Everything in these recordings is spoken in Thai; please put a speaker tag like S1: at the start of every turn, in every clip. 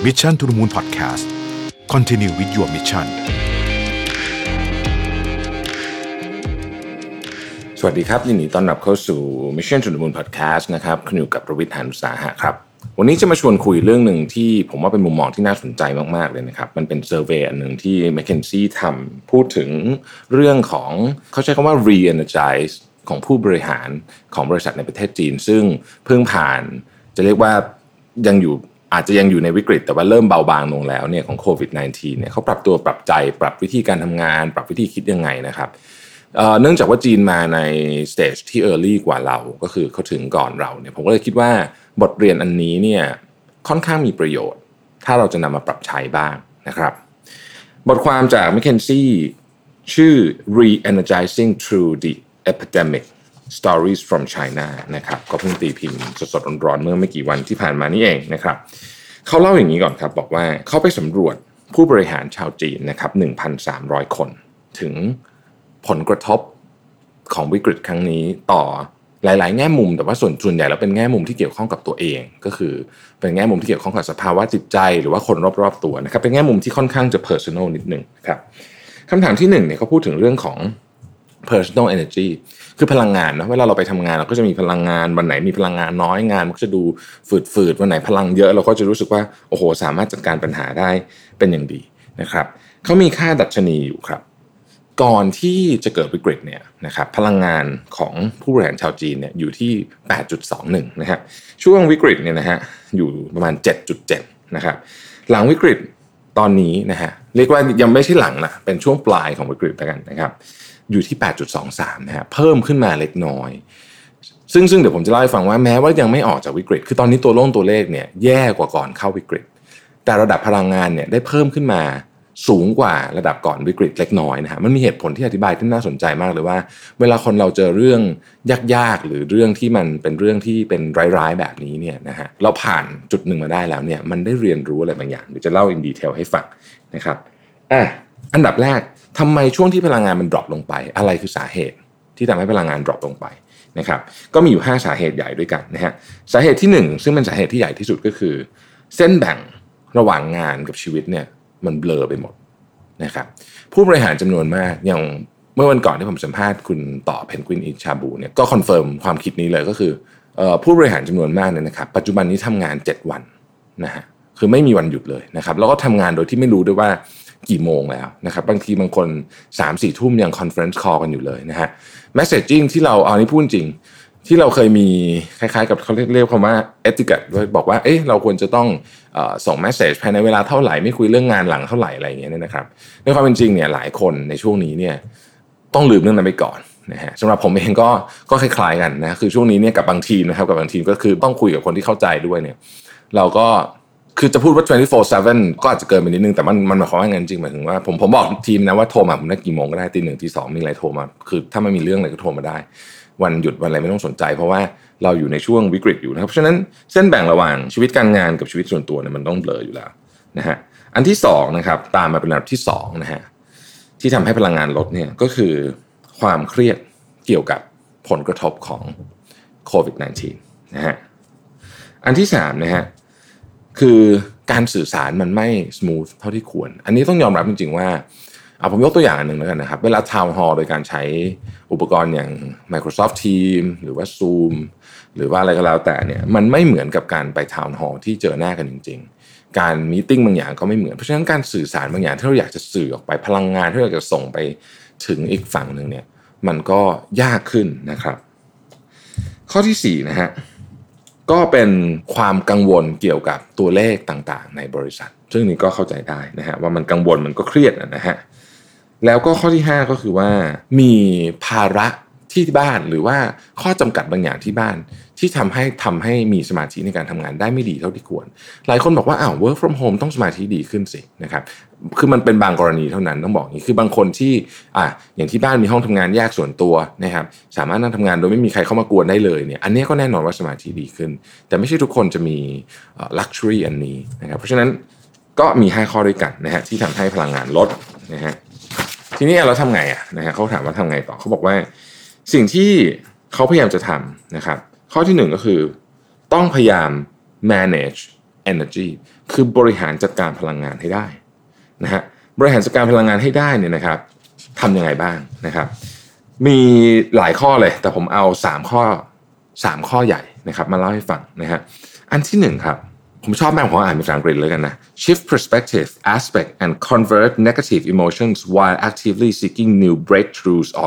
S1: Mission to the Moon Podcast Continue with your mission
S2: สวัสดีครับยินดีต้อนรับเข้าสู่ Mission to the Moon Podcast นะครับคุณอยู่กับประวิทย์ หาญอุตสาหะครับวันนี้จะมาชวนคุยเรื่องหนึ่งที่ผมว่าเป็นมุมมองที่น่าสนใจมากๆเลยนะครับมันเป็นเซอร์เวย์อันหนึ่งที่ McKinsey ทำพูดถึงเรื่องของเขาใช้คำว่า re-energize ของผู้บริหารของบริษัทในประเทศจีนซึ่งเพิ่งผ่านจะเรียกว่าอาจจะยังอยู่ในวิกฤตแต่ว่าเริ่มเบาบางลงแล้วเนี่ยของโควิด -19 เนี่ยเขาปรับตัวปรับใจปรับวิธีการทำงานปรับวิธีคิดยังไงนะครับเนื่องจากว่าจีนมาในสเตจที่ early กว่าเราก็คือเขาถึงก่อนเราเนี่ยผมก็เลยคิดว่าบทเรียนอันนี้เนี่ยค่อนข้างมีประโยชน์ถ้าเราจะนำมาปรับใช้บ้างนะครับบทความจาก McKinsey ชื่อ Re-energizing Through the Epidemic Stories from China นะครับก็เพิ่งตีพิมพ์สดๆร้อนๆเมื่อไม่กี่วันที่ผ่านมานี่เองนะครับเขาเล่าอย่างนี้ก่อนครับบอกว่าเขาไปสำรวจผู้บริหารชาวจีนนะครับ 1,300 คนถึงผลกระทบของวิกฤตครั้งนี้ต่อหลายๆแง่มุมแต่ว่าส่วนใหญ่แล้วเป็นแง่มุมที่เกี่ยวข้องกับตัวเองก็คือเป็นแง่มุมที่เกี่ยวข้องกับสภาวะจิตใจหรือว่าคนรอบๆตัวนะครับเป็นแง่มุมที่ค่อนข้างจะ personal นิดนึงครับคำถามที่1เนี่ยเขาพูดถึงเรื่องของ personal energy คือพลังงานนะเวลาเราไปทำงานเราก็จะมีพลังงานวันไหนมีพลังงานน้อยงานมันก็จะดูฝืดๆวันไหนพลังเยอะเราก็จะรู้สึกว่าโอ้โหสามารถจัดการปัญหาได้เป็นอย่างดีนะครับเขามีค่าดัชนีอยู่ครับก่อนที่จะเกิดวิกฤตเนี่ยนะครับพลังงานของผู้บริหารชาวจีนเนี่ยอยู่ที่ 8.21 นะครับช่วงวิกฤตเนี่ยนะฮะอยู่ประมาณ 7.7 นะครับหลังวิกฤตตอนนี้นะฮะเรียกว่ายังไม่ใช่หลังนะเป็นช่วงปลายของวิกฤตแล้วกันนะครับอยู่ที่ 8.23 นะฮะเพิ่มขึ้นมาเล็กน้อยซึ่งเดี๋ยวผมจะเล่าให้ฟังว่าแม้ว่ายังไม่ออกจากวิกฤตคือตอนนี้ตัวเลขเนี่ยแย่กว่าก่อนเข้าวิกฤตแต่ระดับพลังงานเนี่ยได้เพิ่มขึ้นมาสูงกว่าระดับก่อนวิกฤตเล็กน้อยนะฮะมันมีเหตุผลที่อธิบายที่น่าสนใจมากเลยว่าเวลาคนเราเจอเรื่องยากๆหรือเรื่องที่มันเป็นเรื่องที่เป็นร้ายๆแบบนี้เนี่ยนะฮะเราผ่านจุดหนึ่งมาได้แล้วเนี่ยมันได้เรียนรู้อะไรบางอย่างเดี๋ยวจะเล่าin detailให้ฟังนะครับอันดับแรกทำไมช่วงที่พลังงานมันดรอปลงไปอะไรคือสาเหตุที่ทำให้พลังงานดรอปลงไปนะครับก็มีอยู่5สาเหตุใหญ่ด้วยกันนะฮะสาเหตุที่1ซึ่งเป็นสาเหตุที่ใหญ่ที่สุดก็คือเส้นแบ่งระหว่างงานกับชีวิตเนี่ยมันเบลอไปหมดนะครับผู้บริหารจำนวนมากอย่างเมื่อวันก่อนที่ผมสัมภาษณ์คุณต่อเพนกวินอิชาบูเนี่ยก็คอนเฟิร์มความคิดนี้เลยก็คือผู้บริหารจำนวนมากเนี่ยนะครับปัจจุบันนี้ทำงาน7วันนะฮะคือไม่มีวันหยุดเลยนะครับแล้วก็ทำงานโดยที่ไม่รู้ด้วยว่ากี่โมงแล้วนะครับบางทีบางคน 3-4 ทุ่มยังคอนเฟอเรนซ์คอลกันอยู่เลยนะฮะเมสเสจจิ้งที่เราเอานี่พูดจริงที่เราเคยมีคล้ายๆกับเขาเรียกคำว่า etiquette ด้วยบอกว่าเราควรจะต้องส่งเมสเสจภายในเวลาเท่าไหร่ไม่คุยเรื่องงานหลังเท่าไหร่อะไรอย่างเงี้ยนะครับในความเป็นจริงเนี่ยหลายคนในช่วงนี้เนี่ยต้องลืมเรื่องนั้นไปก่อนนะฮะสำหรับผมเองก็คล้ายๆกันนะคือช่วงนี้เนี่ยกับบางทีมนะครับกับบางทีมก็คือต้องคุยกับคนที่เข้าใจด้วยเนี่ยเราก็คือจะพูดว่า 24/7 ก็อาจจะเกินไปนิดนึงแต่มันหมายความว่าไงจริงหมายถึงว่าผมบอกทีมนะว่าโทรมาผมได้กี่โมงก็ได้ตี 1 ตี 2มีอะไรโทรมาคือถ้าไม่มีเรื่องอะไรก็โทรมาได้วันหยุดวันอะไรไม่ต้องสนใจเพราะว่าเราอยู่ในช่วงวิกฤตอยู่นะครับเพราะฉะนั้นเส้นแบ่งระหว่างชีวิตการงานกับชีวิตส่วนตัวเนี่ยมันต้องเบลออยู่แล้วนะฮะอันที่2นะครับตามมาเป็นอันดับที่2นะฮะที่ทำให้พลังงานลดเนี่ยก็คือความเครียดเกี่ยวกับผลกระทบของโควิด -19 นะฮะอันที่3นะฮะคือการสื่อสารมันไม่สมูทเท่าที่ควรอันนี้ต้องยอมรับจริงๆว่าผมยกตัวอย่างอันหนึ่งแล้วกันนะครับเวลา Town Hall โดยการใช้อุปกรณ์อย่าง Microsoft Teams หรือว่า Zoom หรือว่าอะไรก็แล้วแต่เนี่ยมันไม่เหมือนกับการไป Town Hall ที่เจอหน้ากันจริงๆการมีตติ้งบางอย่างก็ไม่เหมือนเพราะฉะนั้นการสื่อสารบางอย่างที่เราอยากจะสื่อออกไปพลังงานที่เราจะส่งไปถึงอีกฝั่งนึงเนี่ยมันก็ยากขึ้นนะครับข้อที่4นะฮะก็เป็นความกังวลเกี่ยวกับตัวเลขต่างๆในบริษัทซึ่งนี่ก็เข้าใจได้นะฮะว่ามันกังวลมันก็เครียดนะฮะแล้วก็ข้อที่5ก็คือว่ามีภาระที่บ้านหรือว่าข้อจำกัดบางอย่างที่บ้านที่ทำให้มีสมาธิในการทำงานได้ไม่ดีเท่าที่ควรหลายคนบอกว่าwork from home ต้องสมาธิดีขึ้นสินะครับคือมันเป็นบางกรณีเท่านั้นต้องบอกอย่างนี้คือบางคนที่อย่างที่บ้านมีห้องทำงานแยกส่วนตัวนะครับสามารถนั่งทำงานโดยไม่มีใครเข้ามากวนได้เลยเนี่ยอันนี้ก็แน่นอนว่าสมาธิดีขึ้นแต่ไม่ใช่ทุกคนจะมีluxury อันนี้นะครับเพราะฉะนั้นก็มี5ข้อด้วยกันนะฮะที่ทำให้พลังงานลดนะฮะทีนี้เราทำไงนะฮะเขาถามว่าทำไงต่อเขาบอกว่าสิ่งที่เขาพยายามจะทำนะครับข้อที่1ก็คือต้องพยายาม manage energy คือบริหารจัดการพลังงานให้ได้นะฮะบริหารจัดการพลังงานให้ได้เนี่ยนะครับทำยังไงบ้างนะครับมีหลายข้อเลยแต่ผมเอา3ข้อใหญ่นะครับมาเล่าให้ฟังนะฮะอันที่1ครับผมชอบมากผมอ่านเป็นภาษาอังกฤษเลยกันนะ shift perspective aspect and convert negative emotions while actively seeking new breakthroughs or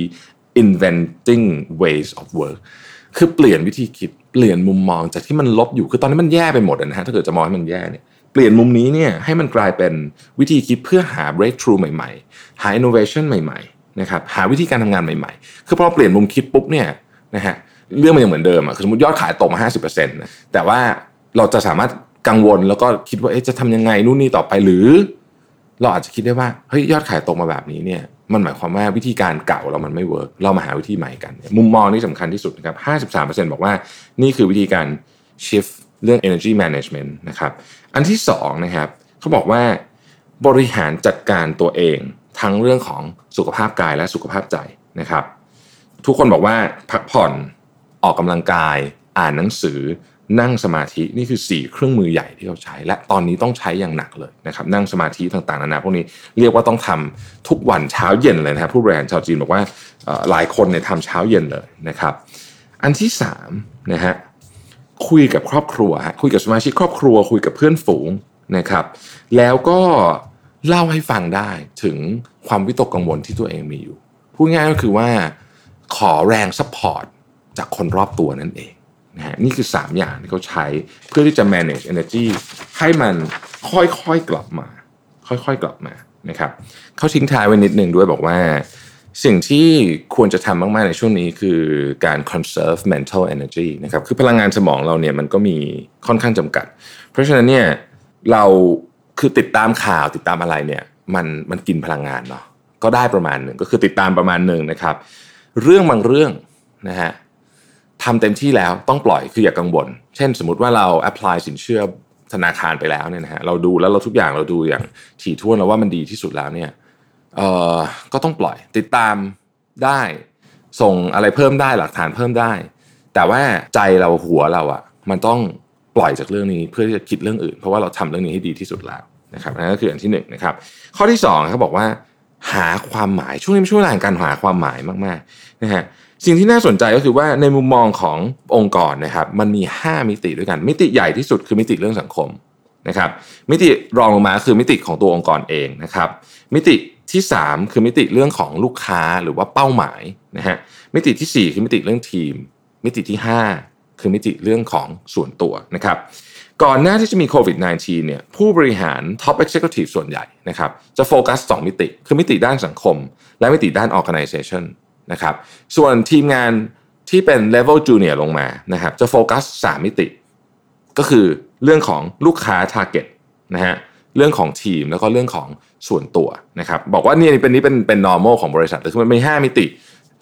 S2: reinventing ways of work คือเปลี่ยนวิธีคิดเปลี่ยนมุมมองจากที่มันลบอยู่คือตอนนี้มันแย่ไปหมดนะฮะถ้าเกิดจะมองให้มันแย่เนี่ยเปลี่ยนมุมนี้เนี่ยให้มันกลายเป็นวิธีคิดเพื่อหา breakthrough ใหม่ๆหา innovation ใหม่ๆนะครับหาวิธีการทำงานใหม่ๆคือพอเปลี่ยนมุมคิดปุ๊บเนี่ยนะฮะเรื่องมันยังเหมือนเดิมคือสมมติยอดขายตกมา 50% นะแต่ว่าเราจะสามารถกังวลแล้วก็คิดว่าจะทำยังไงนู่นนี่ต่อไปหรือเราอาจจะคิดได้ว่าเฮ้ยยอดขายตกมาแบบนี้เนี่ยมันหมายความว่าวิธีการเก่าเรามันไม่เวิร์กเรามาหาวิธีใหม่กันมุมมองนี้สำคัญที่สุดนะครับ 53% บอกว่านี่คือวิธีการ shift เรื่อง energy management นะครับอันที่2นะครับเขาบอกว่าบริหารจัดการตัวเองทั้งเรื่องของสุขภาพกายและสุขภาพใจนะครับทุกคนบอกว่าพักผ่อนออกกำลังกายอ่านหนังสือนั่งสมาธินี่คือ4เครื่องมือใหญ่ที่เขาใช้และตอนนี้ต้องใช้อย่างหนักเลยนะครับนั่งสมาธิต่างๆนานาพวกนี้เรียกว่าต้องทำทุกวันเช้าเย็นเลยนะครับผู้บริหารชาวจีนบอกว่าหลายคนเนี่ยทำเช้าเย็นเลยนะครับอันที่3นะฮะคุยกับครอบครัวคุยกับสมาชิกครอบครัวคุยกับเพื่อนฝูงนะครับแล้วก็เล่าให้ฟังได้ถึงความวิตกกังวลที่ตัวเองมีอยู่พูดง่ายก็คือว่าขอแรงซัพพอร์ตจากคนรอบตัวนั่นเองนะฮะนี่คือ3อย่างที่เขาใช้เพื่อที่จะ manage energy ให้มันค่อยๆกลับมานะครับเขาทิ้งท้ายไว้นิดนึงด้วยบอกว่าสิ่งที่ควรจะทำมากๆในช่วงนี้คือการ conserve mental energy นะครับคือพลังงานสมองเราเนี่ยมันก็มีค่อนข้างจำกัดเพราะฉะนั้นเนี่ยเราคือติดตามข่าวติดตามอะไรเนี่ยมันกินพลังงานเนาะก็ได้ประมาณหนึ่งก็คือติดตามประมาณหนึ่งนะครับเรื่องบางเรื่องนะฮะทำเต็มที่แล้วต้องปล่อยคืออย่ากังวลเช่นสมมุติว่าเรา apply สินเชื่อธนาคารไปแล้วเนี่ยนะฮะเราดูแล้วเราทุกอย่างเราดูอย่างถี่ถ้วนแล้วว่ามันดีที่สุดแล้วเนี่ยก็ต้องปล่อยติดตามได้ส่งอะไรเพิ่มได้หลักฐานเพิ่มได้แต่ว่าใจเราหัวเราอ่ะมันต้องปล่อยจากเรื่องนี้เพื่อที่จะคิดเรื่องอื่นเพราะว่าเราทำเรื่องนี้ให้ดีที่สุดแล้วนะครับนั่นก็คืออันที่1นะครับข้อที่2เขาบอกว่าหาความหมายช่วงนี้เป็นช่วงเวลาการหาความหมายมากๆนะฮะสิ่งที่น่าสนใจก็คือว่าในมุมมองขององค์กรนะครับมันมี5มิติด้วยกันมิติใหญ่ที่สุดคือมิติเรื่องสังคมนะครับมิติรองลงมาคือมิติของตัวองค์กรเองนะครับมิติที่3คือมิติเรื่องของลูกค้าหรือว่าเป้าหมายนะฮะมิติที่4คือมิติเรื่องทีมมิติที่5คือมิติเรื่องของส่วนตัวนะครับก่อนหน้าที่จะมีโควิด -19 เนี่ยผู้บริหาร Top Executive ส่วนใหญ่นะครับจะโฟกัส2มิติคือมิติด้านสังคมและมิติด้าน Organization นะครับส่วนทีมงานที่เป็น Level Junior ลงมานะครับจะโฟกัส3มิติก็คือเรื่องของลูกค้า Target นะฮะเรื่องของทีมแล้วก็เรื่องของส่วนตัวนะครับบอกว่านี่เป็น normal ของบริษัทแต่คือมันมี5มิติ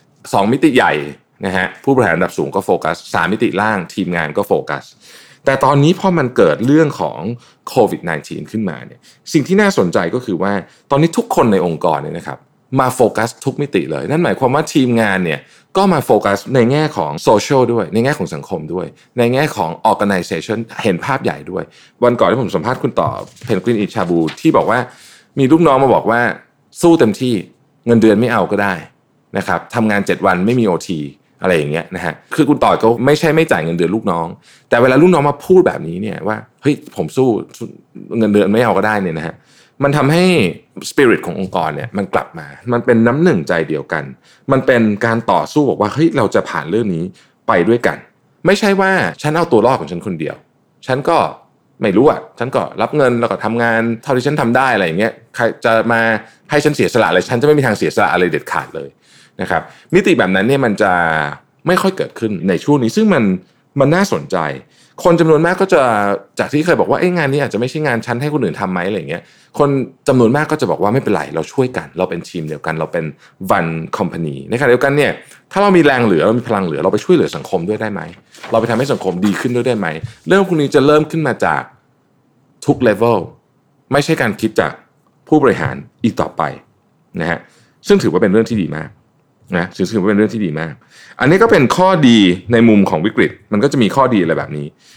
S2: 2มิติใหญ่นะฮะผู้บริหารระดับสูงก็โฟกัส3มิติล่างทีมงานก็โฟกัสแต่ตอนนี้พอมันเกิดเรื่องของโควิด -19 ขึ้นมาเนี่ยสิ่งที่น่าสนใจก็คือว่าตอนนี้ทุกคนในองค์กรเนี่ยนะครับมาโฟกัสทุกมิติเลยนั่นหมายความว่าทีมงานเนี่ยก็มาโฟกัสในแง่ของโซเชียลด้วยในแง่ของสังคมด้วยในแง่ของ organization เห็นภาพใหญ่ด้วยวันก่อนที่ผมสัมภาษณ์คุณต่อเพนกวินอิชาบูที่บอกว่ามีลูกน้องมาบอกว่าสู้เต็มที่เงินเดือนไม่เอาก็ได้นะครับทำงาน7วันไม่มี OT อะไรอย่างเงี้ยนะฮะคือคุณต่อก็ไม่ใช่ไม่จ่ายเงินเดือนลูกน้องแต่เวลาลูกน้องมาพูดแบบนี้เนี่ยว่าเฮ้ยผมสู้เงินเดือนไม่เอาก็ได้เนี่ยนะฮะมันทำให้สปิริตขององค์กรเนี่ยมันกลับมามันเป็นน้ำหนึ่งใจเดียวกันมันเป็นการต่อสู้บอกว่าเฮ้ยเราจะผ่านเรื่องนี้ไปด้วยกันไม่ใช่ว่าฉันเอาตัวรอดของฉันคนเดียวฉันก็ไม่รู้อ่ะฉันก็รับเงินแล้วก็ทำงานเท่าที่ฉันทำได้อะไรอย่างเงี้ยใครจะมาให้ฉันเสียสละอะไรฉันจะไม่มีทางเสียสละอะไรเด็ดขาดเลยนะครับมิติแบบนั้นเนี่ยมันจะไม่ค่อยเกิดขึ้นในช่วงนี้ซึ่งมันน่าสนใจคนจำนวนมากก็จะจากที่เคยบอกว่างานนี้อาจจะไม่ใช่งานฉันให้คนอื่นทำไหมอะไรอย่างเงี้ยคนจำนวนมากก็จะบอกว่าไม่เป็นไรเราช่วยกันเราเป็นทีมเดียวกันเราเป็น one company ในขณะเดียวกันเนี่ยถ้าเรามีแรงเหลือเรามีพลังเหลือเราไปช่วยเหลือสังคมด้วยได้ไหมเราไปทำให้สังคมดีขึ้นด้วยได้ไหมเรื่องพวกนี้จะเริ่มขึ้นมาจากทุก level ไม่ใช่การคิดจากผู้บริหารอีกต่อไปนะฮะซึ่งถือว่าเป็นเรื่องที่ดีมากนะซึ่งถือว่าเป็นเรื่องที่ดีมากอันนี้ก็เป็นข้อดีในมุมของวิกฤตมันก็จะมีข้อดีอะไรแบบนี้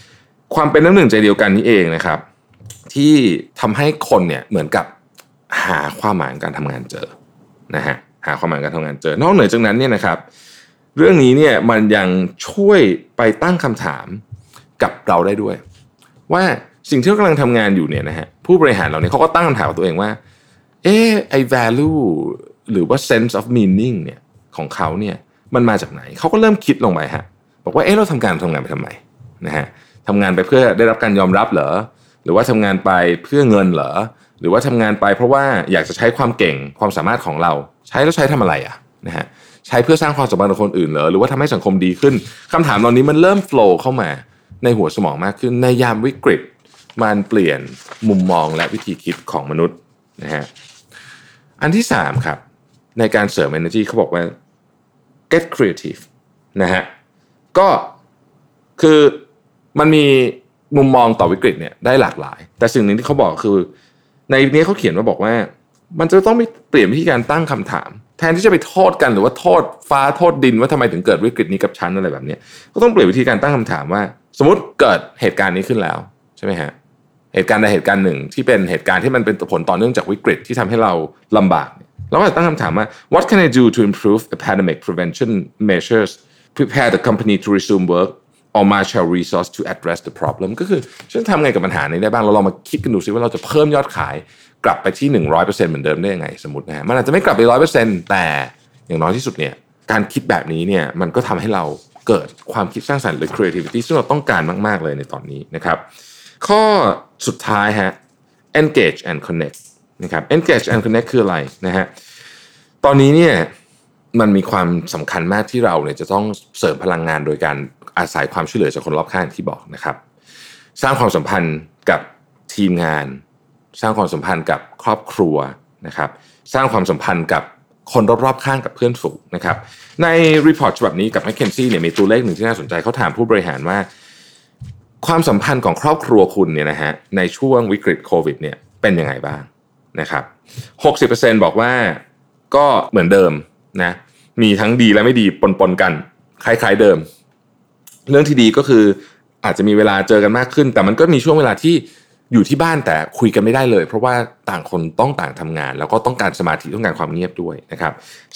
S2: ความเป็นน้ำหนึ่งใจเดียวกันนี้เองนะครับที่ทำให้คนเนี่ยเหมือนกับหาความหมายการทำงานเจอนะฮะหาความหมายการทำงานเจอนอกเหนือจากนั้นเนี่ยนะครับเรื่องนี้เนี่ยมันยังช่วยไปตั้งคำถามกับเราได้ด้วยว่าสิ่งที่เรากำลังทำงานอยู่เนี่ยนะฮะผู้บริหารเราเนี่ยเขาก็ตั้งคำถามกับตัวเองว่าไอ้ value หรือว่า sense of meaning เนี่ยของเขาเนี่ยมันมาจากไหนเขาก็เริ่มคิดลงไปฮะบอกว่าเราทำงานไปทำไมนะฮะทำงานไปเพื่อได้รับการยอมรับเหรอหรือว่าทำงานไปเพื่อเงินเหรอหรือว่าทำงานไปเพราะว่าอยากจะใช้ความเก่งความสามารถของเราใช้แล้วใช้ทำอะไรอ่ะนะฮะใช้เพื่อสร้างความสัมพันธ์กับคนอื่นเหรอหรือว่าทำให้สังคมดีขึ้นคำถามเหล่านี้มันเริ่มโฟลว์เข้ามาในหัวสมองมากขึ้นในยามวิกฤตมันเปลี่ยนมุมมองและวิธีคิดของมนุษย์นะฮะอันที่3ครับในการเสริม energy เขาบอกว่า get creative นะฮะก็คือมันมีมุมมองต่อวิกฤตเนี่ยได้หลากหลายแต่สิ่งหนึ่งที่เขาบอกคือในนี้เขาเขียนว่าบอกว่ามันจะต้องเปลี่ยนวิธีการตั้งคำถามแทนที่จะไปโทษกันหรือว่าโทษฟ้าโทษดินว่าทำไมถึงเกิดวิกฤตนี้กับฉันอะไรแบบนี้ก็ต้องเปลี่ยนวิธีการตั้งคำถามว่าสมมติเกิดเหตุการณ์นี้ขึ้นแล้วใช่ไหมฮะเหตุการณ์ใดเหตุการณ์หนึ่งที่เป็นเหตุการณ์ที่มันเป็นผลต่อเนื่องจากวิกฤตที่ทำให้เราลำบากเราก็จะตั้งคำถามว่า What can I do to improve the pandemic prevention measures prepare the company to resume work or marshal resource to address the problem ก็คือฉันทำไงกับปัญหานี้ได้บ้างเราลองมาคิดกันดูซิว่าเราจะเพิ่มยอดขายกลับไปที่ 100% เหมือนเดิมได้ยังไงสมมุตินะฮะมันอาจจะไม่กลับไป 100% แต่อย่างน้อยที่สุดเนี่ยการคิดแบบนี้เนี่ยมันก็ทำให้เราเกิดความคิดสร้างสรรค์หรือ creativity ซึ่งเราต้องการมากๆเลยในตอนนี้นะครับข้อสุดท้ายฮะ engage and connect นะครับ engage and connect คืออะไรนะฮะตอนนี้เนี่ยมันมีความสำคัญมากที่เราเนี่ยจะต้องเสริมพลังงานโดยการอาศัยความช่วยเหลือจากคนรอบข้างที่บอกนะครับสร้างความสัมพันธ์กับทีมงานสร้างความสัมพันธ์กับครอบครัวนะครับสร้างความสัมพันธ์กับคนรอบๆข้างกับเพื่อนฝูงนะครับในรีพอร์ตฉบับนี้กับ McKinsey เนี่ยมีตัวเลขหนึ่งที่น่าสนใจเขาถามผู้บริหารว่าความสัมพันธ์ของครอบครัวคุณเนี่ยนะฮะในช่วงวิกฤตโควิดเนี่ยเป็นยังไงบ้างนะครับ 60% บอกว่าก็เหมือนเดิมนะมีทั้งดีและไม่ดีปนๆกันคล้ายๆเดิมเรื่องที่ดีก็คืออาจจะมีเวลาเจอกันมากขึ้นแต่มันก็มีช่วงเวลาที่อยู่ที่บ้านแต่คุยกันไม่ได้เลยเพราะว่าต่างคนต้องต่างทำงานแล้วก็ต้องการสมาธิต้องการความเงียบด้วยนะครับ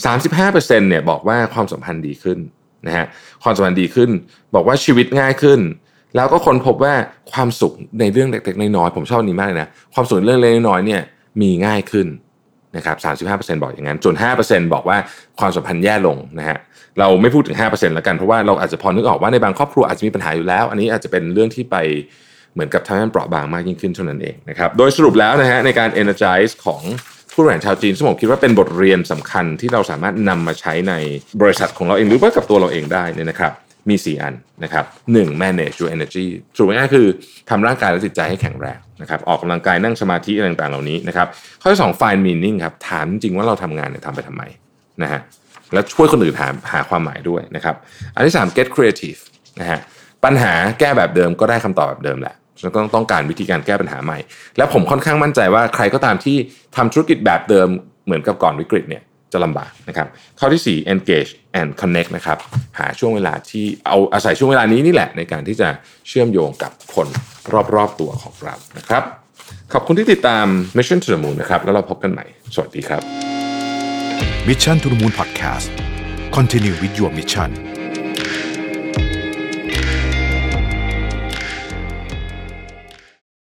S2: 35% เนี่ยบอกว่าความสัมพันธ์ดีขึ้นนะฮะความสัมพันธ์ดีขึ้นบอกว่าชีวิตง่ายขึ้นแล้วก็ค้นพบว่าความสุขในเรื่องเล็กๆน้อยๆผมชอบอันนี้มากเลยนะความสุขในเรื่องเล็กๆน้อยๆเนี่ยมีง่ายขึ้นนะครับ 35% บอกอย่างนั้นส่วน 5% บอกว่าความสัมพันธ์แย่ลงนะฮะเราไม่พูดถึง 5% แล้วกันเพราะว่าเราอาจจะพอนึกออกว่าในบางครอบครัวอาจจะมีปัญหาอยู่แล้วอันนี้อาจจะเป็นเรื่องที่ไปเหมือนกับทำให้มันเปราะบางมากยิ่งขึ้นเท่านั้นเองนะครับโดยสรุปแล้วนะฮะในการ energize ของผู้บริหารชาวจีนซึ่งผมคิดว่าเป็นบทเรียนสำคัญที่เราสามารถนำมาใช้ในบริษัทของเราเองหรือว่ากับตัวเราเองได้เนี่ยนะครับมี4อันนะครับ1 manage your energy สรุปง่ายๆคือทำร่างกายและจิตใจให้แข็งแรงนะครับออกกำลังกายนั่งสมาธิอะไรต่างๆเหล่านี้นะครับข้อที่2 find meaning ครับถามจริงๆว่าเราทำงานเนี่ยทำไปทำไมนะฮะแล้วช่วยคนอื่นหาความหมายด้วยนะครับอันที่3 get creative นะฮะปัญหาแก้แบบเดิมก็ได้คำตอบแบบเดิมแหละเราต้องการวิธีการแก้ปัญหาใหม่และผมค่อนข้างมั่นใจว่าใครก็ตามที่ทำธุรกิจแบบเดิมเหมือนกับก่อนวิกฤตเนี่ยจะลำบากนะครับข้อที่4 engage and connect นะครับหาช่วงเวลาที่อาศัยช่วงเวลานี้นี่แหละในการที่จะเชื่อมโยงกับคนรอบๆตัวของเรานะครับขอบคุณที่ติดตาม Mission to the Moon นะครับแล้วเราพบกันใหม่สวัสดีครับ
S1: Mission to the Moon Podcast Continue with your mission